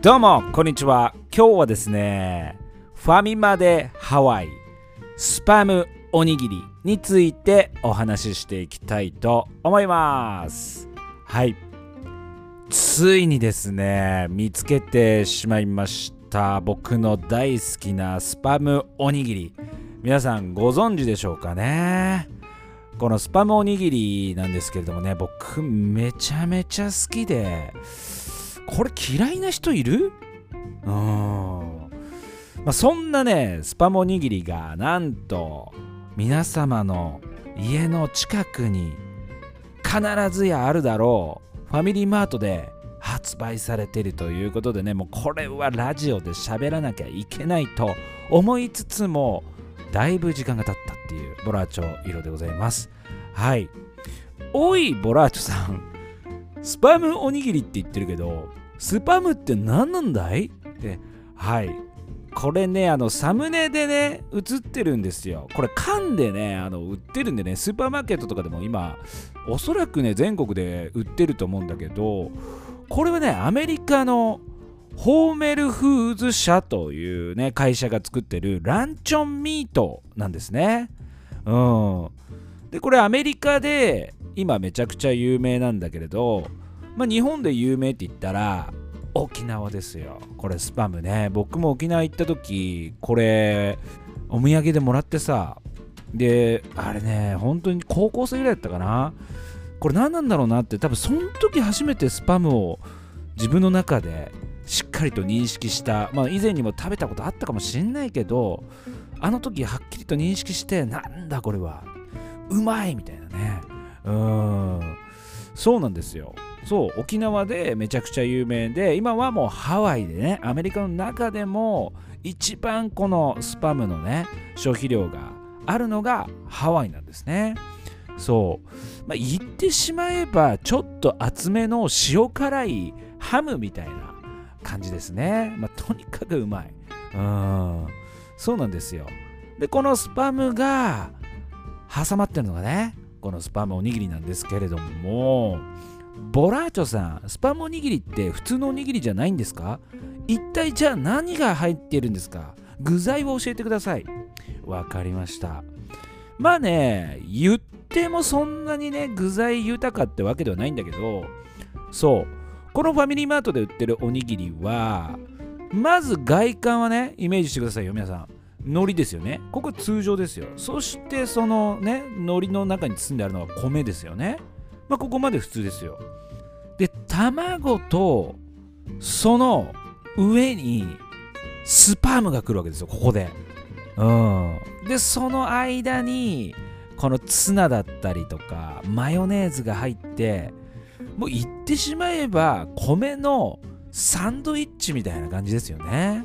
どうもこんにちは。今日はですね、ファミマでハワイスパムおにぎりについてお話ししていきたいと思います。はい、ついにですね見つけてしまいました。僕の大好きなスパムおにぎり、皆さんご存知でしょうかね。このスパムおにぎりなんですけれどもね、僕めちゃめちゃ好きで、これ嫌いな人いる？そんなねスパムおにぎりがなんと皆様の家の近くに必ずやあるだろうファミリーマートで発売されているということでね、もうこれはラジオで喋らなきゃいけないと思いつつも、だいぶ時間が経ったっていうボラーチョ色でございます。はい、おいボラーチョさん、スパムおにぎりって言ってるけど、スパムって何なんだいって。はい、これねサムネでね映ってるんですよ。これ缶でね売ってるんでね、スーパーマーケットとかでも今おそらくね全国で売ってると思うんだけど、これはねアメリカのホーメルフーズ社というね会社が作ってるランチョンミートなんですね。でこれアメリカで今めちゃくちゃ有名なんだけれど、日本で有名って言ったら沖縄ですよ。これスパムね、僕も沖縄行った時これお土産でもらってさ、であれね本当に高校生ぐらいだったかな。これ何なんだろうなって、多分その時初めてスパムを自分の中でしっかりと認識した。以前にも食べたことあったかもしれないけど、あの時はっきりと認識して、なんだこれはうまいみたいなね。そうなんですよ。そう、沖縄でめちゃくちゃ有名で、今はもうハワイでね、アメリカの中でも一番このスパムのね消費量があるのがハワイなんですね。そう、言ってしまえばちょっと厚めの塩辛いハムみたいな感じですね。とにかくうまい。そうなんですよ。でこのスパムが挟まってるのがね、このスパムおにぎりなんですけれども、ボラーチョさん、スパムおにぎりって普通のおにぎりじゃないんですか？一体じゃあ何が入ってるんですか？具材を教えてください。わかりました。言ってもそんなにね具材豊かってわけではないんだけど、そうこのファミリーマートで売ってるおにぎりは、まず外観はねイメージしてくださいよ皆さん。海苔ですよね。ここ通常ですよ。そしてそのね海苔の中に包んであるのは米ですよね。ここまで普通ですよ。で卵とその上にスパムが来るわけですよ、ここで。でその間にこのツナだったりとかマヨネーズが入って、もう言ってしまえば米のサンドイッチみたいな感じですよね。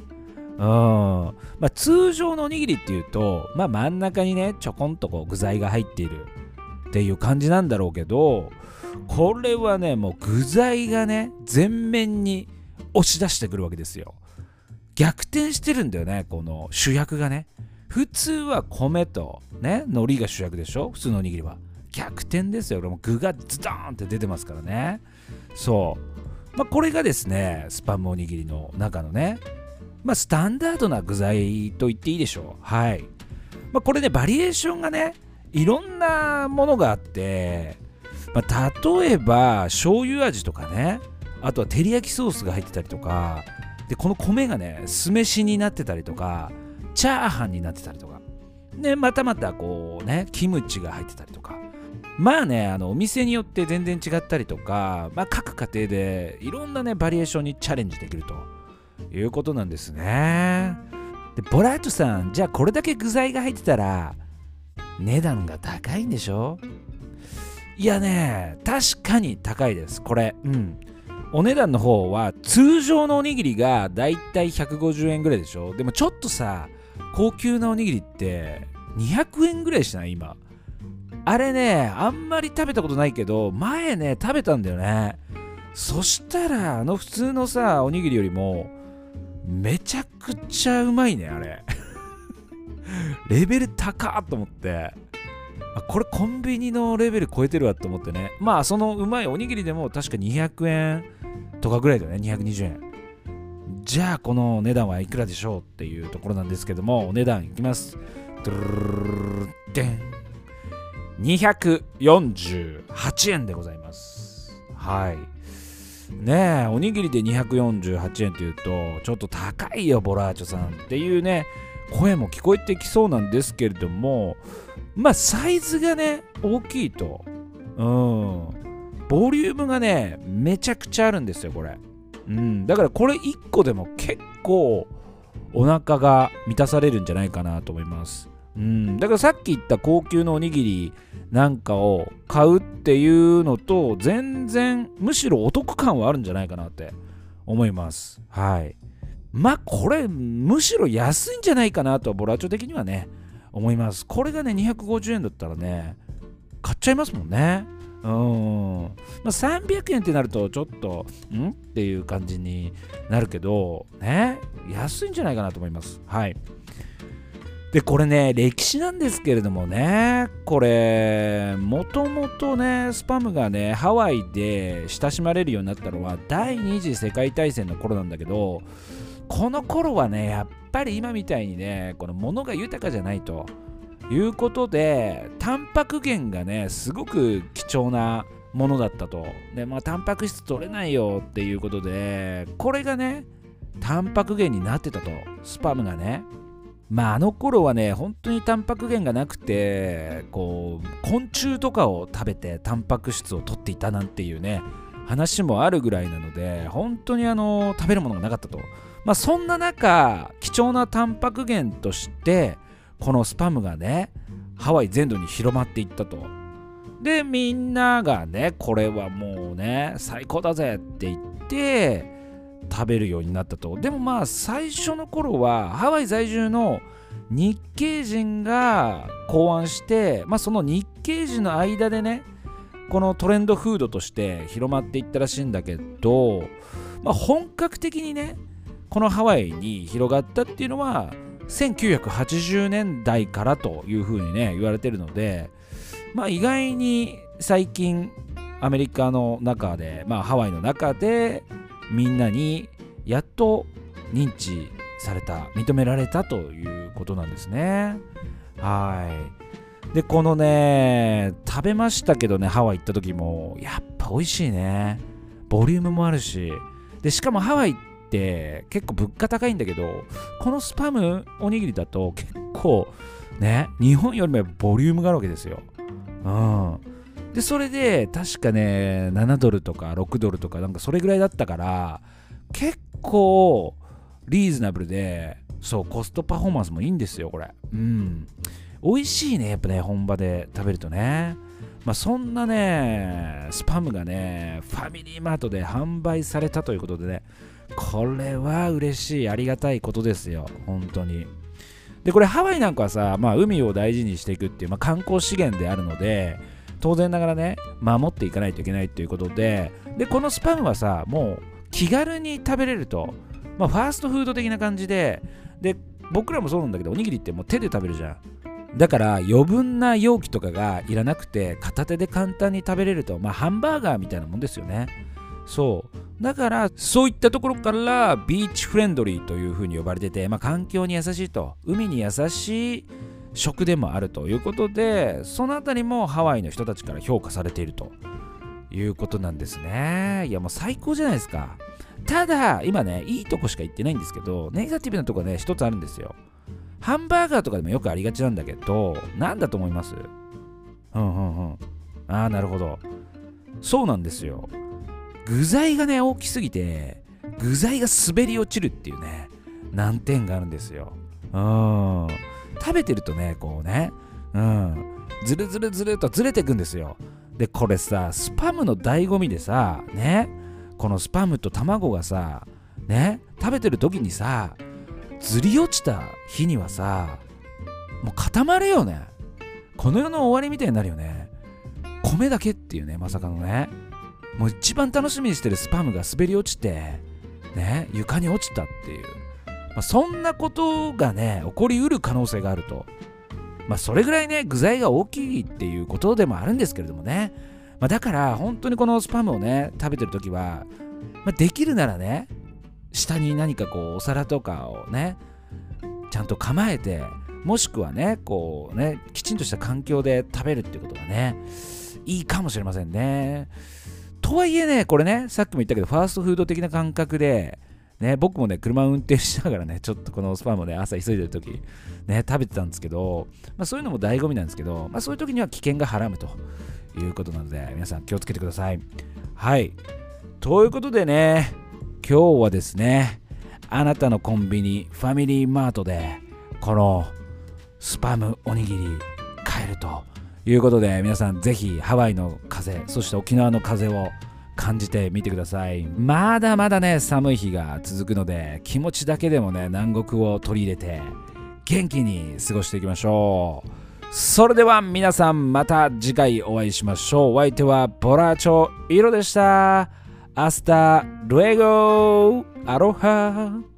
通常のおにぎりっていうと、真ん中にねちょこんとこう具材が入っているっていう感じなんだろうけど、これはねもう具材がね全面に押し出してくるわけですよ。逆転してるんだよね、この主役がね。普通は米とね海苔が主役でしょ、普通のおにぎりは。逆転ですよ。もう具がズドーンって出てますからね。そう、これがですねスパムおにぎりの中のねスタンダードな具材と言っていいでしょう。はい、これねバリエーションがねいろんなものがあって、例えば醤油味とかね、あとは照り焼きソースが入ってたりとかで、この米がね酢飯になってたりとかチャーハンになってたりとかで、またこうねキムチが入ってたりとか、お店によって全然違ったりとか、各家庭でいろんなねバリエーションにチャレンジできるということなんですね。でボラートさん、じゃあこれだけ具材が入ってたら値段が高いんでしょ？いやね、確かに高いですこれ。お値段の方は通常のおにぎりがだいたい150円ぐらいでしょ。でもちょっとさ高級なおにぎりって200円ぐらいしない今。あれねあんまり食べたことないけど前ね食べたんだよね。そしたら普通のさおにぎりよりもめちゃくちゃうまいねあれレベル高っと思って、これコンビニのレベル超えてるわと思ってね。そのうまいおにぎりでも確か200円とかぐらいだよね。220円じゃあこの値段はいくらでしょうっていうところなんですけども、お値段いきます。248円でございます。はいねえ、おにぎりで248円っていうとちょっと高いよボラーチョさんっていうね声も聞こえてきそうなんですけれども、まあサイズがね大きいと、ボリュームがねめちゃくちゃあるんですよこれ。だからこれ1個でも結構お腹が満たされるんじゃないかなと思います。だからさっき言った高級のおにぎりなんかを買うっていうのと全然むしろお得感はあるんじゃないかなって思います。はい。まあこれむしろ安いんじゃないかなとボラチョ的にはね思います。これがね250円だったらね買っちゃいますもんね。まあ、300円ってなるとちょっとっていう感じになるけどね、安いんじゃないかなと思います。はい。でこれね歴史なんですけれどもね、これもともとねスパムがねハワイで親しまれるようになったのは第二次世界大戦の頃なんだけど、この頃はねやっぱり今みたいにねこの物が豊かじゃないということでタンパク源がねすごく貴重なものだったと。でタンパク質取れないよっていうことでこれがねタンパク源になってたと、スパムがね。あの頃はね本当にタンパク源がなくてこう昆虫とかを食べてタンパク質を取っていたなんていうね話もあるぐらいなので本当に食べるものがなかったと。そんな中貴重なタンパク源としてこのスパムがねハワイ全土に広まっていったと。でみんながねこれはもうね最高だぜって言って食べるようになったと。でも最初の頃はハワイ在住の日系人が考案して、その日系人の間でねこのトレンドフードとして広まっていったらしいんだけど、本格的にねこのハワイに広がったっていうのは1980年代からというふうにね言われてるので、意外に最近アメリカの中でハワイの中でみんなにやっと認知された認められたということなんですね。はい。でこのね食べましたけどね、ハワイ行った時もやっぱ美味しいね。ボリュームもあるし、でしかもハワイって結構物価高いんだけど、このスパムおにぎりだと結構ね日本よりもボリュームがあるわけですよ。でそれで確かね7ドルとか6ドルとかなんかそれぐらいだったから結構リーズナブルで、そうコストパフォーマンスもいいんですよこれ。美味しいねやっぱね本場で食べるとね。そんなねスパムがねファミリーマートで販売されたということでね、これは嬉しいありがたいことですよ本当に。でこれハワイなんかはさ、海を大事にしていくっていう、観光資源であるので当然ながらね守っていかないといけないということで、このスパムはさもう気軽に食べれると、ファーストフード的な感じで僕らもそうなんだけどおにぎりってもう手で食べるじゃん。だから余分な容器とかがいらなくて片手で簡単に食べれると、ハンバーガーみたいなもんですよね。そうだからそういったところからビーチフレンドリーというふうに呼ばれてて、環境に優しいと、海に優しい食でもあるということで、そのあたりもハワイの人たちから評価されているということなんですね。いやもう最高じゃないですか。ただ今ねいいとこしか言ってないんですけど、ネガティブなとこね一つあるんですよ。ハンバーガーとかでもよくありがちなんだけど、なんだと思います？なるほど、そうなんですよ。具材がね大きすぎて具材が滑り落ちるっていうね難点があるんですよ。食べてるとねこうねずるずるずるとずれていくんですよ。でこれさスパムの醍醐味でさね、このスパムと卵がさね食べてる時にさずり落ちた日にはさもう固まるよね。この世の終わりみたいになるよね。米だけっていうね、まさかのね、もう一番楽しみにしてるスパムが滑り落ちてね床に落ちたっていう、そんなことがね起こりうる可能性があると。それぐらいね具材が大きいっていうことでもあるんですけれどもね、だから本当にこのスパムをね食べてるときは、できるならね下に何かこうお皿とかをねちゃんと構えて、もしくはねこうねきちんとした環境で食べるっていうことがねいいかもしれませんね。とはいえね、これねさっきも言ったけどファーストフード的な感覚でね、僕もね車運転しながらねちょっとこのスパムをね朝急いでる時ね食べてたんですけど、そういうのも醍醐味なんですけど、そういう時には危険がはらむということなので皆さん気をつけてください。はい、ということでね、今日はですね、あなたのコンビニファミリーマートでこのスパムおにぎり買えるということで、皆さんぜひハワイの風、そして沖縄の風を感じてみてください。まだまだね寒い日が続くので、気持ちだけでもね南国を取り入れて元気に過ごしていきましょう。それでは皆さんまた次回お会いしましょう。お相手はボラーチョイロでした。アスタルエゴアロハ。